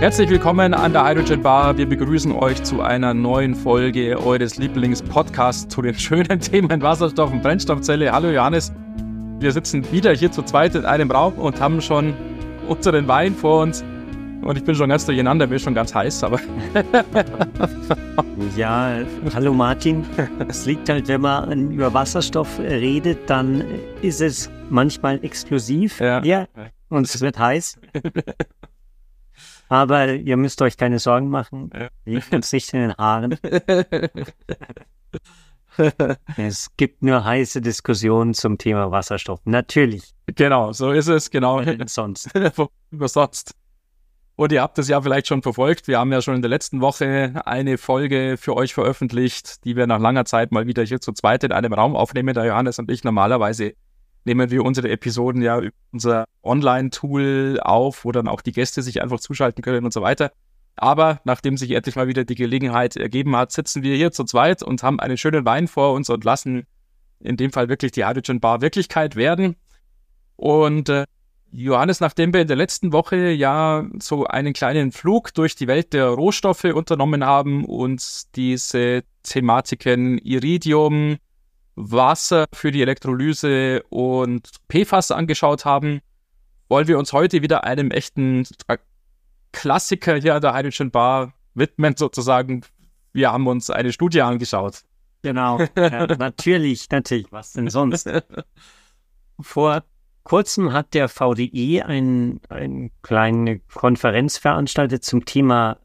Herzlich willkommen an der Hydrogen Bar. Wir begrüßen euch zu einer neuen Folge eures Lieblingspodcasts zu den schönen Themen Wasserstoff und Brennstoffzelle. Hallo Johannes, wir sitzen wieder hier zu zweit in einem Raum und haben schon unseren Wein vor uns. Und ich bin schon ganz durcheinander, mir ist schon ganz heiß, aber... Ja, hallo Martin. Es liegt halt, wenn man über Wasserstoff redet, dann ist es manchmal explosiv. Ja. Und es wird heiß. Aber ihr müsst euch keine Sorgen machen. Liegt uns nicht in den Haaren. Es gibt nur heiße Diskussionen zum Thema Wasserstoff. Natürlich. Genau, so ist es, genau. Sonst. Über sonst. Und ihr habt es ja vielleicht schon verfolgt. Wir haben ja schon in der letzten Woche eine Folge für euch veröffentlicht, die wir nach langer Zeit mal wieder hier zu zweit in einem Raum aufnehmen. Der Johannes und ich, normalerweise nehmen wir unsere Episoden ja über unser Online-Tool auf, wo dann auch die Gäste sich einfach zuschalten können und so weiter. Aber nachdem sich endlich mal wieder die Gelegenheit ergeben hat, sitzen wir hier zu zweit und haben einen schönen Wein vor uns und lassen in dem Fall wirklich die Hydrogen Bar Wirklichkeit werden. Und Johannes, nachdem wir in der letzten Woche ja so einen kleinen Flug durch die Welt der Rohstoffe unternommen haben und diese Thematiken Iridium, Wasser für die Elektrolyse und PFAS angeschaut haben, wollen wir uns heute wieder einem echten Klassiker hier an der Hydrogen Bar widmen sozusagen. Wir haben uns eine Studie angeschaut. Genau, ja, natürlich, was denn sonst? Vor kurzem hat der VDI eine kleine Konferenz veranstaltet zum Thema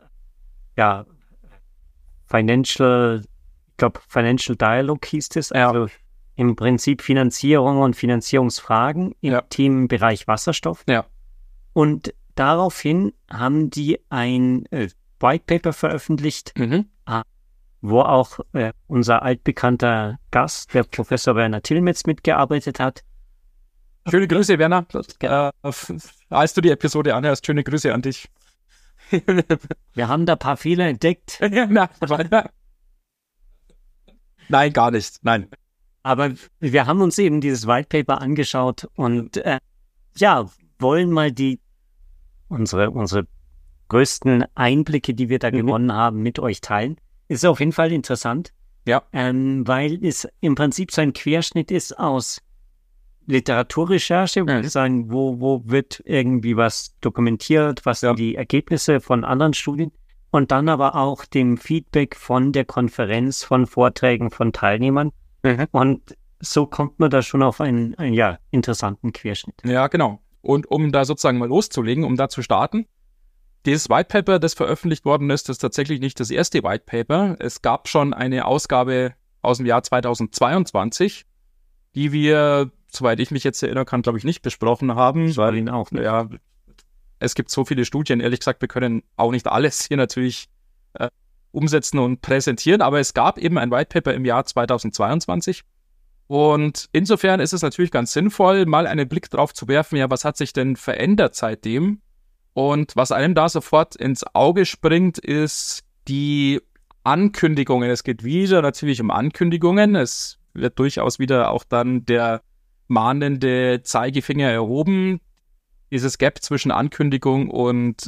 Financial Dialogue hieß es, also im Prinzip Finanzierung und Finanzierungsfragen im Themenbereich Wasserstoff. Ja. Und daraufhin haben die ein White Paper veröffentlicht, wo auch unser altbekannter Gast, der Professor Werner Tillmetz, mitgearbeitet hat. Schöne Grüße, Werner. Als du die Episode anhörst, schöne Grüße an dich. Wir haben da ein paar Fehler entdeckt. Nein, gar nicht. Nein. Aber wir haben uns eben dieses White Paper angeschaut und wollen mal unsere größten Einblicke, die wir da gewonnen haben, mit euch teilen. Ist auf jeden Fall interessant, weil es im Prinzip so ein Querschnitt ist aus Literaturrecherche, sagen, wo wird irgendwie was dokumentiert, was sind die Ergebnisse von anderen Studien und dann aber auch dem Feedback von der Konferenz, von Vorträgen von Teilnehmern. Und so kommt man da schon auf einen interessanten Querschnitt. Ja, genau. Und um da sozusagen mal loszulegen, um da zu starten, dieses White Paper, das veröffentlicht worden ist, ist tatsächlich nicht das erste White Paper. Es gab schon eine Ausgabe aus dem Jahr 2022, die wir, soweit ich mich jetzt erinnern kann, glaube ich, nicht besprochen haben. Weil ihn auch nicht. Ja, es gibt so viele Studien, ehrlich gesagt, wir können auch nicht alles hier natürlich umsetzen und präsentieren, aber es gab eben ein White Paper im Jahr 2022 und insofern ist es natürlich ganz sinnvoll, mal einen Blick drauf zu werfen, was hat sich denn verändert seitdem? Und was einem da sofort ins Auge springt, ist die Ankündigungen. Es geht wieder natürlich um Ankündigungen, es wird durchaus wieder auch dann der mahnende Zeigefinger erhoben, dieses Gap zwischen Ankündigung und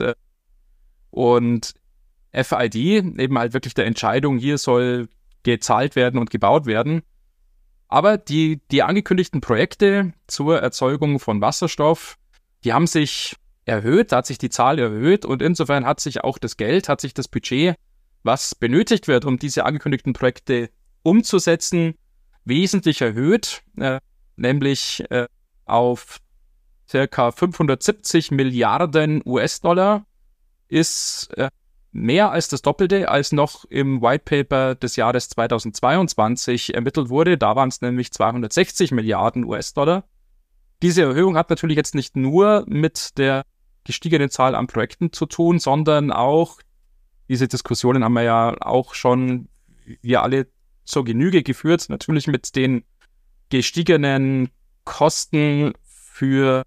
FID, eben halt wirklich der Entscheidung, hier soll gezahlt werden und gebaut werden. Aber die angekündigten Projekte zur Erzeugung von Wasserstoff, die haben sich erhöht, da hat sich die Zahl erhöht und insofern hat sich auch das Geld, hat sich das Budget, was benötigt wird, um diese angekündigten Projekte umzusetzen, wesentlich erhöht, nämlich auf circa 570 Milliarden US-Dollar, ist mehr als das Doppelte, als noch im White Paper des Jahres 2022 ermittelt wurde. Da waren es nämlich 260 Milliarden US-Dollar. Diese Erhöhung hat natürlich jetzt nicht nur mit der gestiegenen Zahl an Projekten zu tun, sondern auch, diese Diskussionen haben wir ja auch schon, wir alle zur Genüge geführt, natürlich mit den gestiegenen Kosten für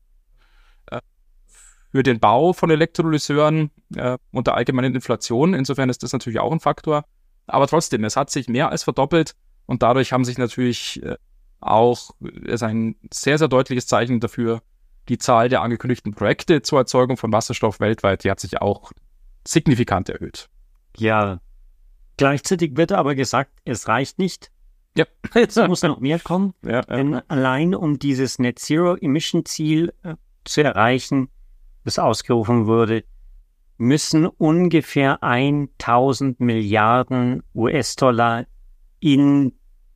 den Bau von Elektrolyseuren und der allgemeinen Inflation. Insofern ist das natürlich auch ein Faktor. Aber trotzdem, es hat sich mehr als verdoppelt und dadurch haben sich natürlich auch, ist ein sehr, sehr deutliches Zeichen dafür, die Zahl der angekündigten Projekte zur Erzeugung von Wasserstoff weltweit, die hat sich auch signifikant erhöht. Ja, gleichzeitig wird aber gesagt, es reicht nicht. Ja. Es muss noch mehr kommen. Ja, Denn allein um dieses Net Zero Emission Ziel zu erreichen, das ausgerufen wurde, müssen ungefähr 1000 Milliarden US-Dollar in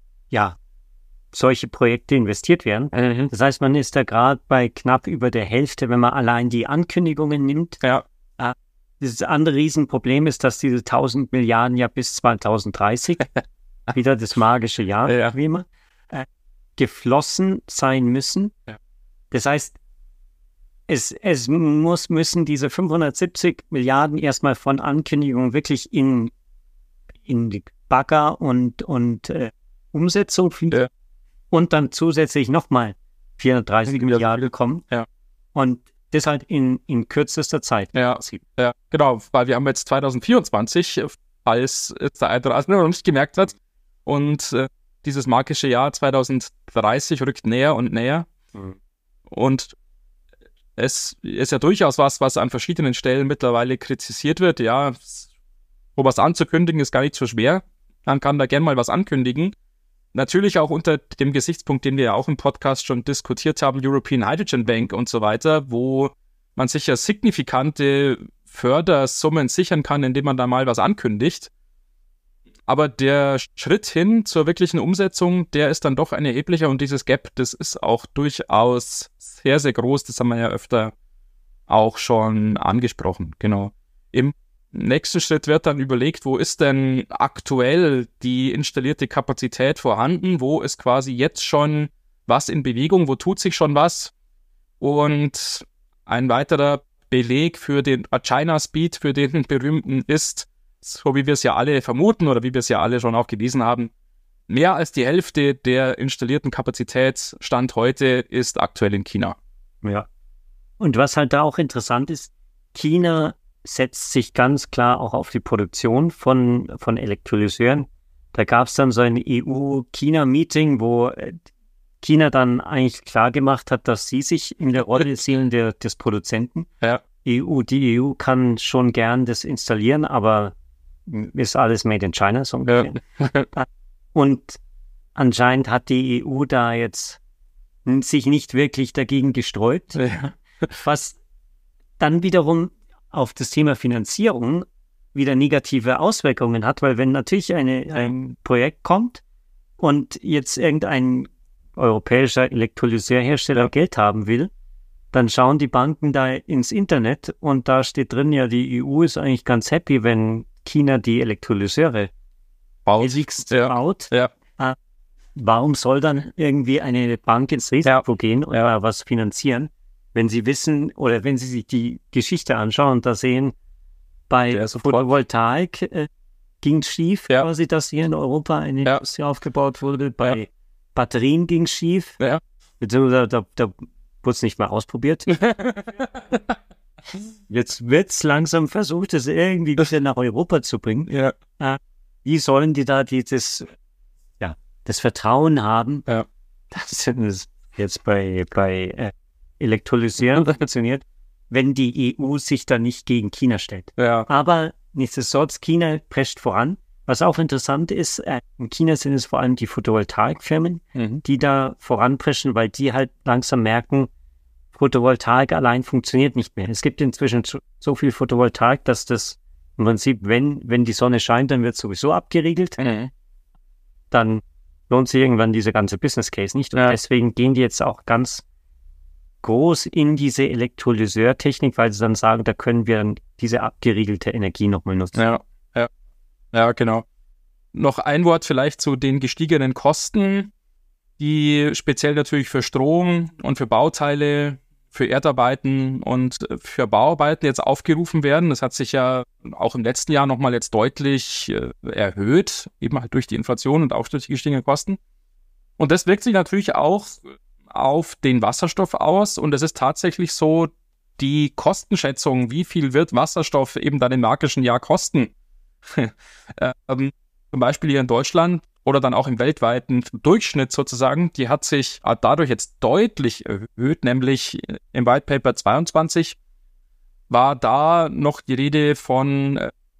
solche Projekte investiert werden. Das heißt, man ist da gerade bei knapp über der Hälfte, wenn man allein die Ankündigungen nimmt. Ja. Das andere Riesenproblem ist, dass diese 1000 Milliarden ja bis 2030, wieder das magische Jahr, wie immer, geflossen sein müssen. Ja. Das heißt, es müssen diese 570 Milliarden erstmal von Ankündigungen wirklich in die Bagger und Umsetzung fließen. Ja. Und dann zusätzlich nochmal 430 Milliarden kommen. Ja. Und das halt in kürzester Zeit. Ja, genau, weil wir haben jetzt 2024, falls es der eine oder andere noch nicht gemerkt hat. Und dieses magische Jahr 2030 rückt näher und näher. Und es ist ja durchaus was an verschiedenen Stellen mittlerweile kritisiert wird. Ja, was anzukündigen ist gar nicht so schwer. Man kann da gerne mal was ankündigen. Natürlich auch unter dem Gesichtspunkt, den wir ja auch im Podcast schon diskutiert haben, European Hydrogen Bank und so weiter, wo man sich ja signifikante Fördersummen sichern kann, indem man da mal was ankündigt. Aber der Schritt hin zur wirklichen Umsetzung, der ist dann doch ein erheblicher und dieses Gap, das ist auch durchaus sehr, sehr groß. Das haben wir ja öfter auch schon angesprochen. Genau. Im nächsten Schritt wird dann überlegt, wo ist denn aktuell die installierte Kapazität vorhanden? Wo ist quasi jetzt schon was in Bewegung? Wo tut sich schon was? Und ein weiterer Beleg für den China Speed, für den berühmten ist, so wie wir es ja alle vermuten oder wie wir es ja alle schon auch gelesen haben, mehr als die Hälfte der installierten Kapazität Stand heute ist aktuell in China. Ja. Und was halt da auch interessant ist, China setzt sich ganz klar auch auf die Produktion von Elektrolyseuren. Da gab es dann so ein EU-China-Meeting, wo China dann eigentlich klar gemacht hat, dass sie sich in der Rolle sehen des Produzenten. Ja. Die EU kann schon gern das installieren, aber ist alles made in China, so ungefähr. Ja. Und anscheinend hat die EU da jetzt sich nicht wirklich dagegen gesträubt, was dann wiederum auf das Thema Finanzierung wieder negative Auswirkungen hat, weil wenn natürlich ein Projekt kommt und jetzt irgendein europäischer Elektrolyseurhersteller Geld haben will, dann schauen die Banken da ins Internet und da steht drin, ja, die EU ist eigentlich ganz happy, wenn China die Elektrolyseure baut. Ja. Warum soll dann irgendwie eine Bank ins Risiko gehen oder was finanzieren, wenn sie wissen oder wenn sie sich die Geschichte anschauen und da sehen, bei Photovoltaik ging es schief, quasi, dass hier in Europa eine Industrie aufgebaut wurde, bei Batterien ging es schief, beziehungsweise da wurde es nicht mal ausprobiert. Jetzt wird es langsam versucht, es irgendwie wieder nach Europa zu bringen. Ja. Wie sollen die da das Vertrauen haben, dass es jetzt bei Elektrolyseuren funktioniert, wenn die EU sich da nicht gegen China stellt. Ja. Aber nichtsdestotrotz, China prescht voran. Was auch interessant ist, in China sind es vor allem die Photovoltaikfirmen, die da voranpreschen, weil die halt langsam merken, Photovoltaik allein funktioniert nicht mehr. Es gibt inzwischen so viel Photovoltaik, dass das im Prinzip, wenn die Sonne scheint, dann wird sowieso abgeriegelt. Dann lohnt sich irgendwann dieser ganze Business Case nicht. Und deswegen gehen die jetzt auch ganz groß in diese Elektrolyseurtechnik, weil sie dann sagen, da können wir dann diese abgeriegelte Energie nochmal nutzen. Ja, genau. Noch ein Wort vielleicht zu den gestiegenen Kosten, die speziell natürlich für Strom und für Bauteile, für Erdarbeiten und für Bauarbeiten jetzt aufgerufen werden. Das hat sich ja auch im letzten Jahr nochmal jetzt deutlich erhöht, eben halt durch die Inflation und auch durch die gestiegenen Kosten. Und das wirkt sich natürlich auch auf den Wasserstoff aus und es ist tatsächlich so, die Kostenschätzung, wie viel wird Wasserstoff eben dann im magischen Jahr kosten, zum Beispiel hier in Deutschland oder dann auch im weltweiten Durchschnitt sozusagen, die hat sich dadurch jetzt deutlich erhöht, nämlich im White Paper 22 war da noch die Rede von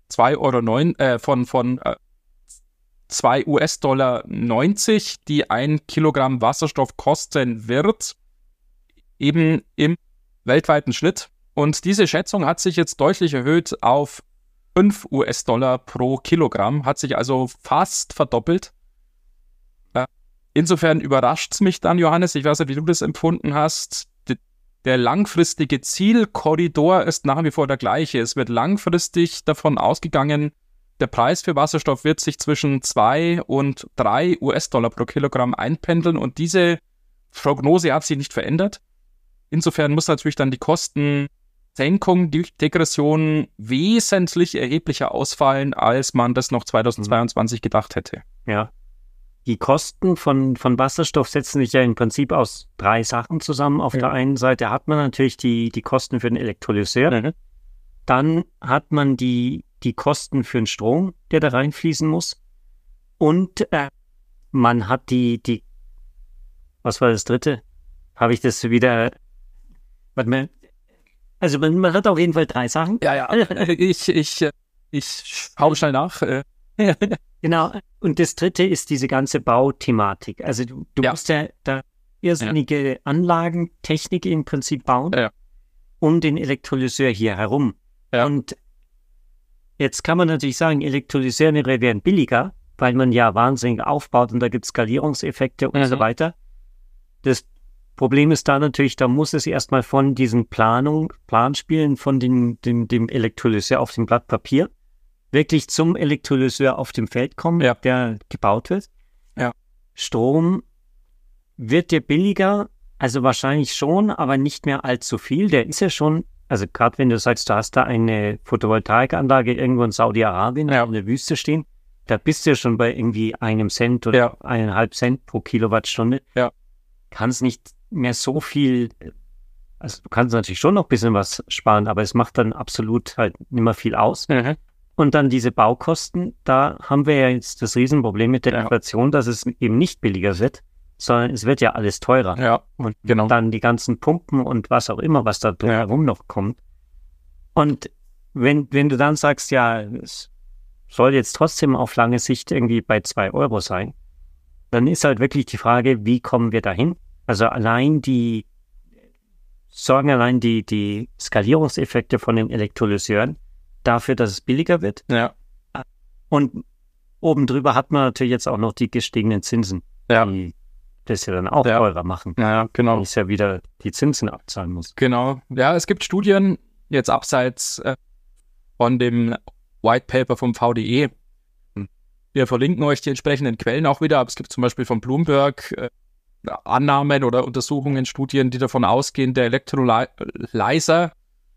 2 US-Dollar 90, die 1 Kilogramm Wasserstoff kosten wird, eben im weltweiten Schnitt. Und diese Schätzung hat sich jetzt deutlich erhöht auf 5 US-Dollar pro Kilogramm, hat sich also fast verdoppelt. Insofern überrascht es mich dann, Johannes, ich weiß nicht, wie du das empfunden hast. Der langfristige Zielkorridor ist nach wie vor der gleiche. Es wird langfristig davon ausgegangen, der Preis für Wasserstoff wird sich zwischen 2 und 3 US-Dollar pro Kilogramm einpendeln und diese Prognose hat sich nicht verändert. Insofern muss natürlich dann die Kostensenkung, die Degression wesentlich erheblicher ausfallen, als man das noch 2022 gedacht hätte. Ja. Die Kosten von Wasserstoff setzen sich ja im Prinzip aus 3 Sachen zusammen. Auf der einen Seite hat man natürlich die Kosten für den Elektrolyseur. Dann hat man die Kosten für den Strom, der da reinfließen muss. Und man hat was war das dritte? Habe ich das wieder... Also man hat auf jeden Fall 3 Sachen. Ja. Ich schaue schnell nach. Genau. Und das dritte ist diese ganze Bauthematik. Also du musst ja da irrsinnige Anlagentechnik im Prinzip bauen, um den Elektrolyseur hier herum. Ja. Und jetzt kann man natürlich sagen, Elektrolyseure wären billiger, weil man ja wahnsinnig aufbaut und da gibt es Skalierungseffekte und so weiter. Das Problem ist da natürlich, da muss es erstmal von diesen Planspielen von dem Elektrolyseur auf dem Blatt Papier wirklich zum Elektrolyseur auf dem Feld kommen, der gebaut wird. Ja. Strom wird dir billiger, also wahrscheinlich schon, aber nicht mehr allzu viel. Der ist ja schon, also gerade wenn du sagst, du hast da eine Photovoltaikanlage irgendwo in Saudi-Arabien in der Wüste stehen, da bist du ja schon bei irgendwie 1 Cent oder 1,5 Cent pro Kilowattstunde. Ja. Kannst nicht mehr so viel, also du kannst natürlich schon noch ein bisschen was sparen, aber es macht dann absolut halt nicht mehr viel aus. Und dann diese Baukosten, da haben wir ja jetzt das Riesenproblem mit der Inflation, dass es eben nicht billiger wird, sondern es wird ja alles teurer. Ja, und dann die ganzen Pumpen und was auch immer, was da drumherum noch kommt. Und wenn du dann sagst, ja, es soll jetzt trotzdem auf lange Sicht irgendwie bei 2 Euro sein, dann ist halt wirklich die Frage, wie kommen wir dahin? Also allein die Skalierungseffekte von den Elektrolyseuren dafür, dass es billiger wird. Ja. Und oben drüber hat man natürlich jetzt auch noch die gestiegenen Zinsen, die das ja dann auch teurer machen. Ja, genau. Weil es ja wieder die Zinsen abzahlen muss. Genau. Ja, es gibt Studien, jetzt abseits von dem White Paper vom VDE. Wir verlinken euch die entsprechenden Quellen auch wieder, aber es gibt zum Beispiel von Bloomberg Annahmen oder Untersuchungen, Studien, die davon ausgehen, der Elektrolyseur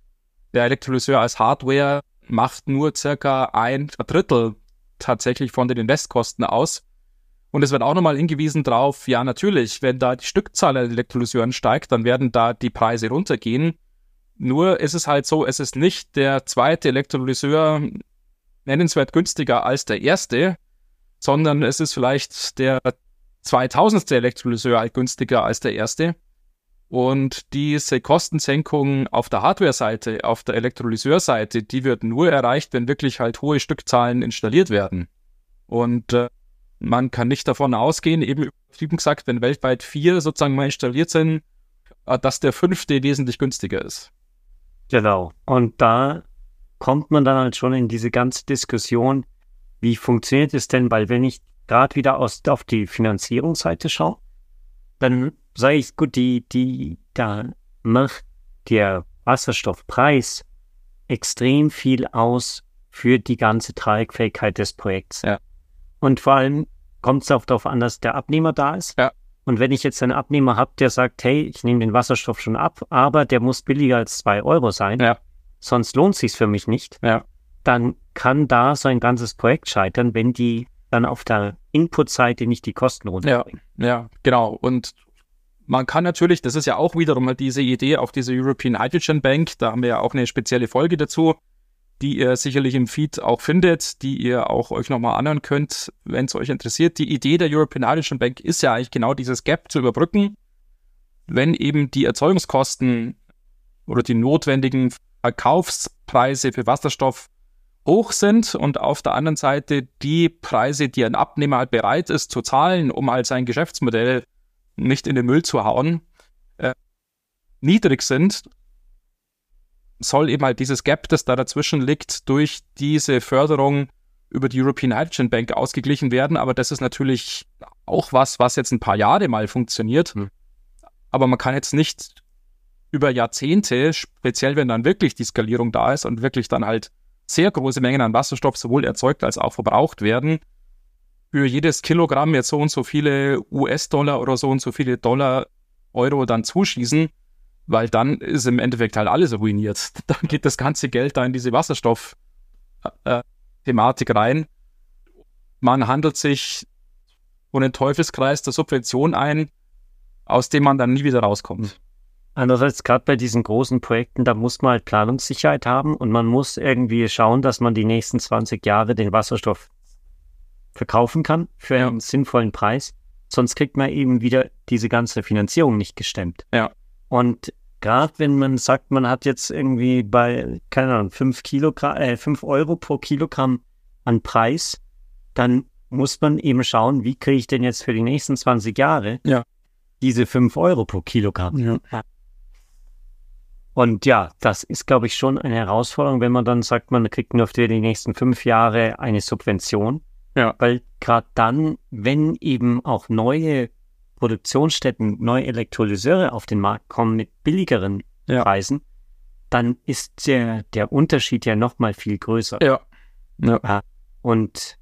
als Hardware macht nur circa 1/3 tatsächlich von den Investkosten aus. Und es wird auch nochmal hingewiesen drauf, ja natürlich, wenn da die Stückzahl der Elektrolyseuren steigt, dann werden da die Preise runtergehen. Nur ist es halt so, es ist nicht der zweite Elektrolyseur nennenswert günstiger als der erste, sondern es ist vielleicht der 2000. Elektrolyseur halt günstiger als der erste. Und diese Kostensenkung auf der Hardware-Seite, auf der Elektrolyseurseite, die wird nur erreicht, wenn wirklich halt hohe Stückzahlen installiert werden. Und man kann nicht davon ausgehen, eben übertrieben gesagt, wenn weltweit 4 sozusagen mal installiert sind, dass der 5. wesentlich günstiger ist. Genau. Und da kommt man dann halt schon in diese ganze Diskussion, wie funktioniert es denn, weil wenn ich gerade wieder auf die Finanzierungsseite schaue, dann sage ich, gut, da macht der Wasserstoffpreis extrem viel aus für die ganze Tragfähigkeit des Projekts. Ja. Und vor allem kommt es auch darauf an, dass der Abnehmer da ist. Ja. Und wenn ich jetzt einen Abnehmer habe, der sagt, hey, ich nehme den Wasserstoff schon ab, aber der muss billiger als 2 Euro sein, sonst lohnt es sich für mich nicht, dann kann da so ein ganzes Projekt scheitern, wenn die dann auf der Input-Seite nicht die Kosten runterbringen. Ja, genau. Und man kann natürlich, das ist ja auch wiederum halt diese Idee, auch diese European Hydrogen Bank, da haben wir ja auch eine spezielle Folge dazu, die ihr sicherlich im Feed auch findet, die ihr auch euch nochmal anhören könnt, wenn es euch interessiert. Die Idee der European Hydrogen Bank ist ja eigentlich genau dieses Gap zu überbrücken, wenn eben die Erzeugungskosten oder die notwendigen Verkaufspreise für Wasserstoff hoch sind und auf der anderen Seite die Preise, die ein Abnehmer halt bereit ist zu zahlen, um halt sein Geschäftsmodell nicht in den Müll zu hauen, niedrig sind, soll eben halt dieses Gap, das da dazwischen liegt, durch diese Förderung über die European Hydrogen Bank ausgeglichen werden. Aber das ist natürlich auch was jetzt ein paar Jahre mal funktioniert. Aber man kann jetzt nicht über Jahrzehnte, speziell wenn dann wirklich die Skalierung da ist und wirklich dann halt sehr große Mengen an Wasserstoff sowohl erzeugt als auch verbraucht werden, für jedes Kilogramm jetzt so und so viele US-Dollar oder so und so viele Dollar, Euro dann zuschießen, weil dann ist im Endeffekt halt alles ruiniert. Dann geht das ganze Geld da in diese Wasserstoff-Thematik rein. Man handelt sich so einen Teufelskreis der Subvention ein, aus dem man dann nie wieder rauskommt. Andererseits, gerade bei diesen großen Projekten, da muss man halt Planungssicherheit haben und man muss irgendwie schauen, dass man die nächsten 20 Jahre den Wasserstoff verkaufen kann für einen sinnvollen Preis. Sonst kriegt man eben wieder diese ganze Finanzierung nicht gestemmt. Ja. Und gerade wenn man sagt, man hat jetzt irgendwie bei, keine Ahnung, 5 Euro pro Kilogramm an Preis, dann muss man eben schauen, wie kriege ich denn jetzt für die nächsten 20 Jahre diese 5 Euro pro Kilogramm. Ja. Und ja, das ist, glaube ich, schon eine Herausforderung, wenn man dann sagt, man kriegt nur für die nächsten 5 Jahre eine Subvention. Ja. Weil gerade dann, wenn eben auch neue Produktionsstätten, neue Elektrolyseure auf den Markt kommen mit billigeren Preisen, dann ist der Unterschied ja nochmal viel größer. Ja. Und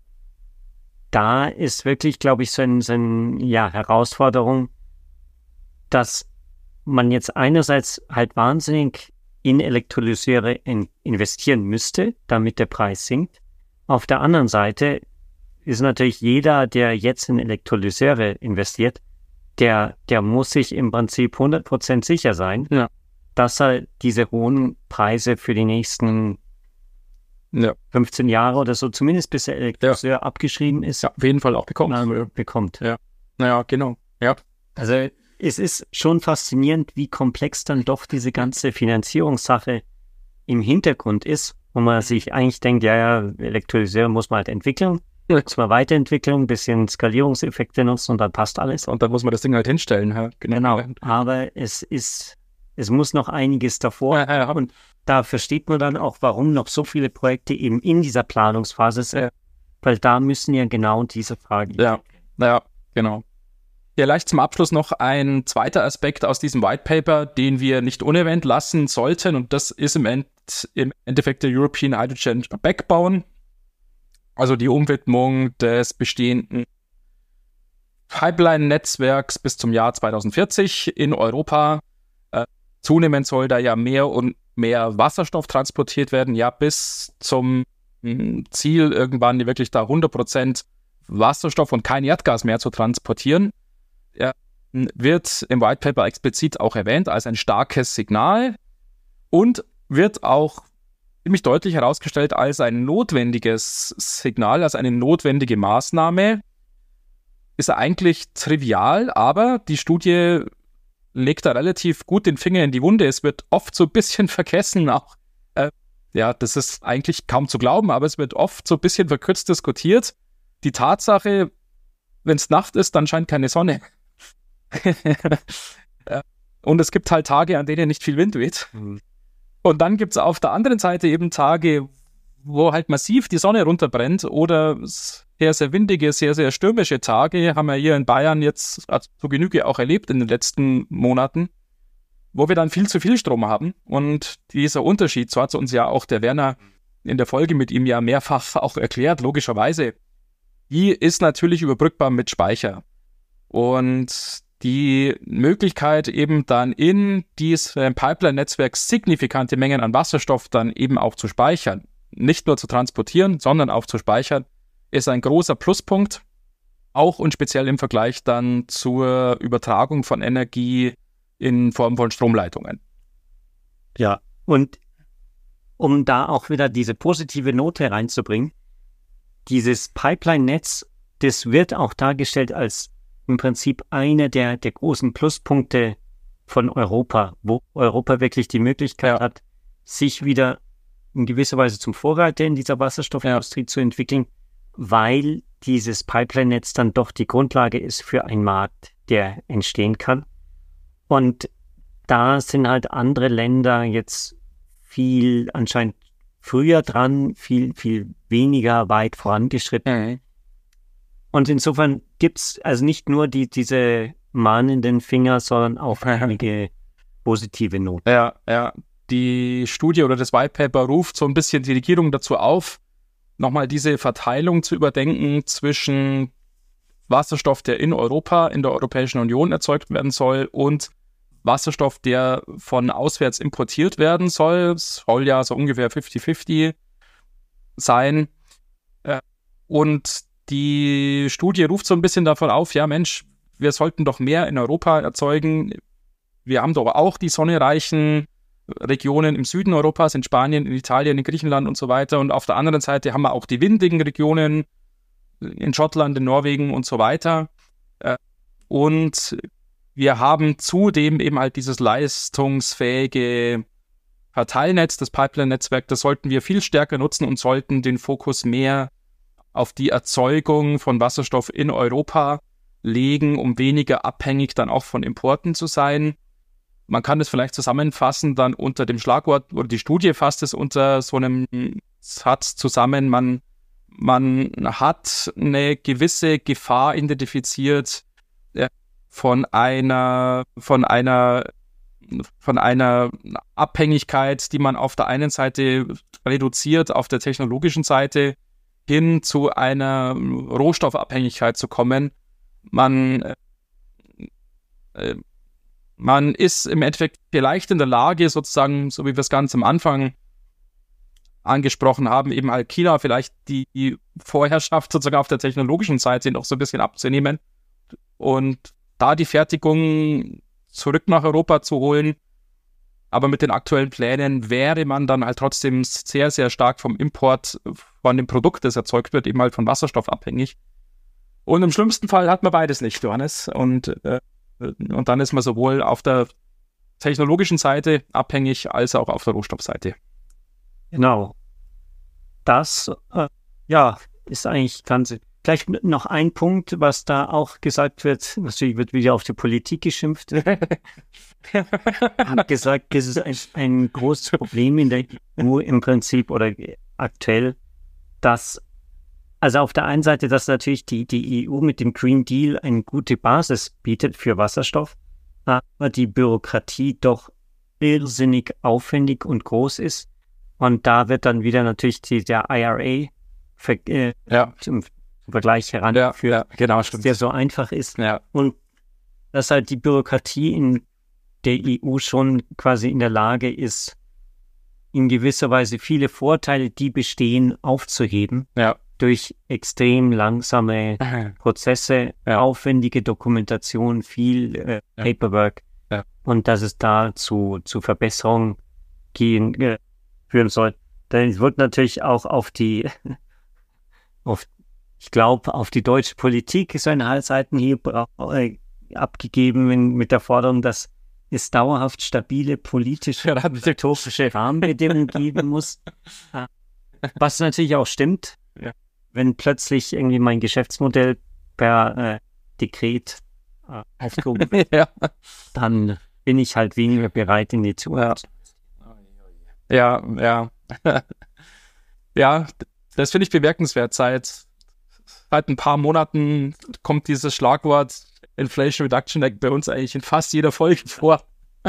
da ist wirklich, glaube ich, so eine Herausforderung, dass man jetzt einerseits halt wahnsinnig in Elektrolyseure investieren müsste, damit der Preis sinkt. Auf der anderen Seite ist natürlich jeder, der jetzt in Elektrolyseure investiert, der muss sich im Prinzip 100% sicher sein, dass er diese hohen Preise für die nächsten 15 Jahre oder so, zumindest bis der Elektrolyseur abgeschrieben ist, auf jeden Fall auch bekommt. Ja, naja, genau. Ja. Also es ist schon faszinierend, wie komplex dann doch diese ganze Finanzierungssache im Hintergrund ist, wo man sich eigentlich denkt, Elektrolyseur muss man halt entwickeln, muss man weiterentwickeln, ein bisschen Skalierungseffekte nutzen und dann passt alles. Und dann muss man das Ding halt hinstellen. Ja, genau. Aber es muss noch einiges davor. Und da versteht man dann auch, warum noch so viele Projekte eben in dieser Planungsphase sind, weil da müssen ja genau diese Fragen. Ja, genau. Ja, leicht zum Abschluss noch ein zweiter Aspekt aus diesem White Paper, den wir nicht unerwähnt lassen sollten, und das ist im Endeffekt der European Hydrogen Backbone, also die Umwidmung des bestehenden Pipeline-Netzwerks bis zum Jahr 2040 in Europa. Zunehmend soll da ja mehr und mehr Wasserstoff transportiert werden, bis zum Ziel irgendwann wirklich da 100% Wasserstoff und kein Erdgas mehr zu transportieren. Wird im White Paper explizit auch erwähnt als ein starkes Signal und wird auch ziemlich deutlich herausgestellt als ein notwendiges Signal, als eine notwendige Maßnahme. Ist eigentlich trivial, aber die Studie legt da relativ gut den Finger in die Wunde. Es wird oft so ein bisschen vergessen, auch das ist eigentlich kaum zu glauben, aber es wird oft so ein bisschen verkürzt diskutiert. Die Tatsache, wenn es Nacht ist, dann scheint keine Sonne. Und es gibt halt Tage, an denen nicht viel Wind weht. Und dann gibt es auf der anderen Seite eben Tage, wo halt massiv die Sonne runterbrennt oder sehr, sehr windige, sehr, sehr stürmische Tage, haben wir hier in Bayern jetzt zu Genüge auch erlebt in den letzten Monaten, wo wir dann viel zu viel Strom haben. Und dieser Unterschied, so hat uns ja auch der Werner in der Folge mit ihm ja mehrfach auch erklärt, logischerweise, die ist natürlich überbrückbar mit Speicher. Und die Möglichkeit eben dann in diesem Pipeline-Netzwerk signifikante Mengen an Wasserstoff dann eben auch zu speichern, nicht nur zu transportieren, sondern auch zu speichern, ist ein großer Pluspunkt, auch und speziell im Vergleich dann zur Übertragung von Energie in Form von Stromleitungen. Ja, und um da auch wieder diese positive Note reinzubringen, dieses Pipeline-Netz, das wird auch dargestellt als im Prinzip einer der großen Pluspunkte von Europa, wo Europa wirklich die Möglichkeit hat, sich wieder in gewisser Weise zum Vorreiter in dieser Wasserstoffindustrie zu entwickeln, weil dieses Pipeline-Netz dann doch die Grundlage ist für einen Markt, der entstehen kann. Und da sind halt andere Länder jetzt viel anscheinend früher dran, viel, viel weniger weit vorangeschritten. Und insofern gibt es also nicht nur diese mahnenden Finger, sondern auch einige positive Noten. Ja. Die Studie oder das White Paper ruft so ein bisschen die Regierung dazu auf, nochmal diese Verteilung zu überdenken zwischen Wasserstoff, der in Europa, in der Europäischen Union erzeugt werden soll, und Wasserstoff, der von auswärts importiert werden soll. Es soll ja so ungefähr 50-50 sein. Und die Studie ruft so ein bisschen davon auf, ja Mensch, wir sollten doch mehr in Europa erzeugen. Wir haben doch auch die sonnereichen Regionen im Süden Europas, in Spanien, in Italien, in Griechenland und so weiter. Und auf der anderen Seite haben wir auch die windigen Regionen in Schottland, in Norwegen und so weiter. Und wir haben zudem eben halt dieses leistungsfähige Verteilnetz, das Pipeline-Netzwerk, das sollten wir viel stärker nutzen und sollten den Fokus mehr auf die Erzeugung von Wasserstoff in Europa legen, um weniger abhängig dann auch von Importen zu sein. Man kann das vielleicht zusammenfassen dann unter dem Schlagwort, oder die Studie fasst es unter so einem Satz zusammen, man hat eine gewisse Gefahr identifiziert von einer Abhängigkeit, die man auf der einen Seite reduziert, auf der technologischen Seite, hin zu einer Rohstoffabhängigkeit zu kommen. Man ist im Endeffekt vielleicht in der Lage, sozusagen, so wie wir es ganz am Anfang angesprochen haben, eben halt China vielleicht die Vorherrschaft sozusagen auf der technologischen Seite noch so ein bisschen abzunehmen und da die Fertigung zurück nach Europa zu holen. Aber mit den aktuellen Plänen wäre man dann halt trotzdem sehr, sehr stark vom Import von dem Produkt, das erzeugt wird, eben halt von Wasserstoff abhängig. Und im schlimmsten Fall hat man beides nicht, Johannes. Und dann ist man sowohl auf der technologischen Seite abhängig, als auch auf der Rohstoffseite. Genau. Das, ist eigentlich ganz... Vielleicht noch ein Punkt, was da auch gesagt wird, natürlich wird wieder auf die Politik geschimpft. Hat gesagt, das ist ein großes Problem in der EU im Prinzip oder aktuell, dass, also auf der einen Seite, dass natürlich die EU mit dem Green Deal eine gute Basis bietet für Wasserstoff, aber die Bürokratie doch irrsinnig aufwendig und groß ist. Und da wird dann wieder natürlich der IRA zum Vergleich herangeführt, genau, stimmt. Der so einfach ist. Ja. Und dass halt die Bürokratie in der EU schon quasi in der Lage ist, in gewisser Weise viele Vorteile, die bestehen, aufzuheben. Ja. Durch extrem langsame Prozesse, aufwendige Dokumentation, viel Paperwork. Ja. Und dass es da zu Verbesserungen führen soll. Dann wird natürlich auch auf die deutsche Politik so ein Seitenhieb abgegeben mit der Forderung, dass es dauerhaft stabile politische und utopische Rahmenbedingungen geben muss. Was natürlich auch stimmt, wenn plötzlich irgendwie mein Geschäftsmodell per Dekret aufgehoben wird, dann bin ich halt weniger bereit in die Zukunft. Ja, das finde ich bemerkenswert. Seit ein paar Monaten kommt dieses Schlagwort Inflation Reduction Act bei uns eigentlich in fast jeder Folge vor.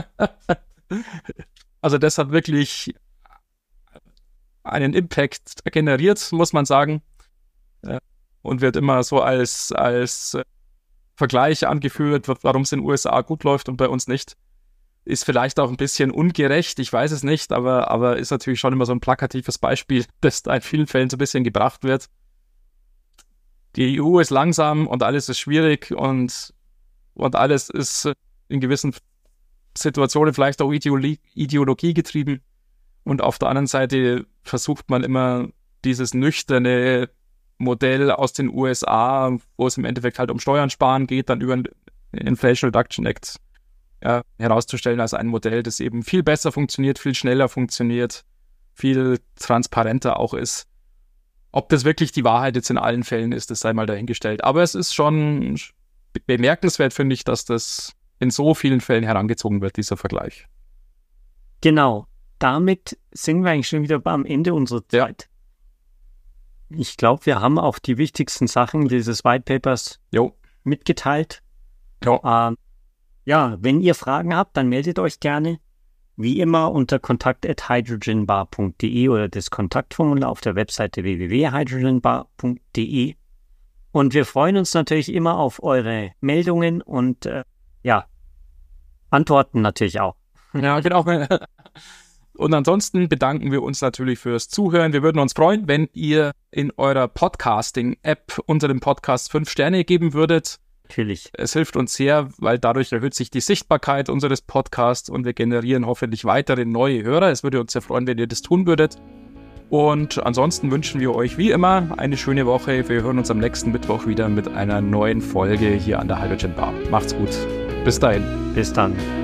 Also das hat wirklich einen Impact generiert, muss man sagen. Und wird immer so als Vergleich angeführt, warum es in den USA gut läuft und bei uns nicht. Ist vielleicht auch ein bisschen ungerecht, ich weiß es nicht, aber ist natürlich schon immer so ein plakatives Beispiel, das da in vielen Fällen so ein bisschen gebracht wird. Die EU ist langsam und alles ist schwierig und alles ist in gewissen Situationen vielleicht auch Ideologie getrieben. Und auf der anderen Seite versucht man immer dieses nüchterne Modell aus den USA, wo es im Endeffekt halt um Steuern sparen geht, dann über den Inflation Reduction Act herauszustellen als ein Modell, das eben viel besser funktioniert, viel schneller funktioniert, viel transparenter auch ist. Ob das wirklich die Wahrheit jetzt in allen Fällen ist, das sei mal dahingestellt. Aber es ist schon bemerkenswert, finde ich, dass das in so vielen Fällen herangezogen wird, dieser Vergleich. Genau. Damit sind wir eigentlich schon wieder am Ende unserer Zeit. Ja. Ich glaube, wir haben auch die wichtigsten Sachen dieses White Papers mitgeteilt. Wenn ihr Fragen habt, dann meldet euch gerne. Wie immer unter kontakt@hydrogenbar.de oder das Kontaktformular auf der Webseite www.hydrogenbar.de. Und wir freuen uns natürlich immer auf eure Meldungen und Antworten natürlich auch. Ja, genau. Und ansonsten bedanken wir uns natürlich fürs Zuhören. Wir würden uns freuen, wenn ihr in eurer Podcasting-App unter dem Podcast 5 Sterne geben würdet. Natürlich. Es hilft uns sehr, weil dadurch erhöht sich die Sichtbarkeit unseres Podcasts und wir generieren hoffentlich weitere neue Hörer. Es würde uns sehr freuen, wenn ihr das tun würdet. Und ansonsten wünschen wir euch wie immer eine schöne Woche. Wir hören uns am nächsten Mittwoch wieder mit einer neuen Folge hier an der Hydrogen Bar. Macht's gut. Bis dahin. Bis dann.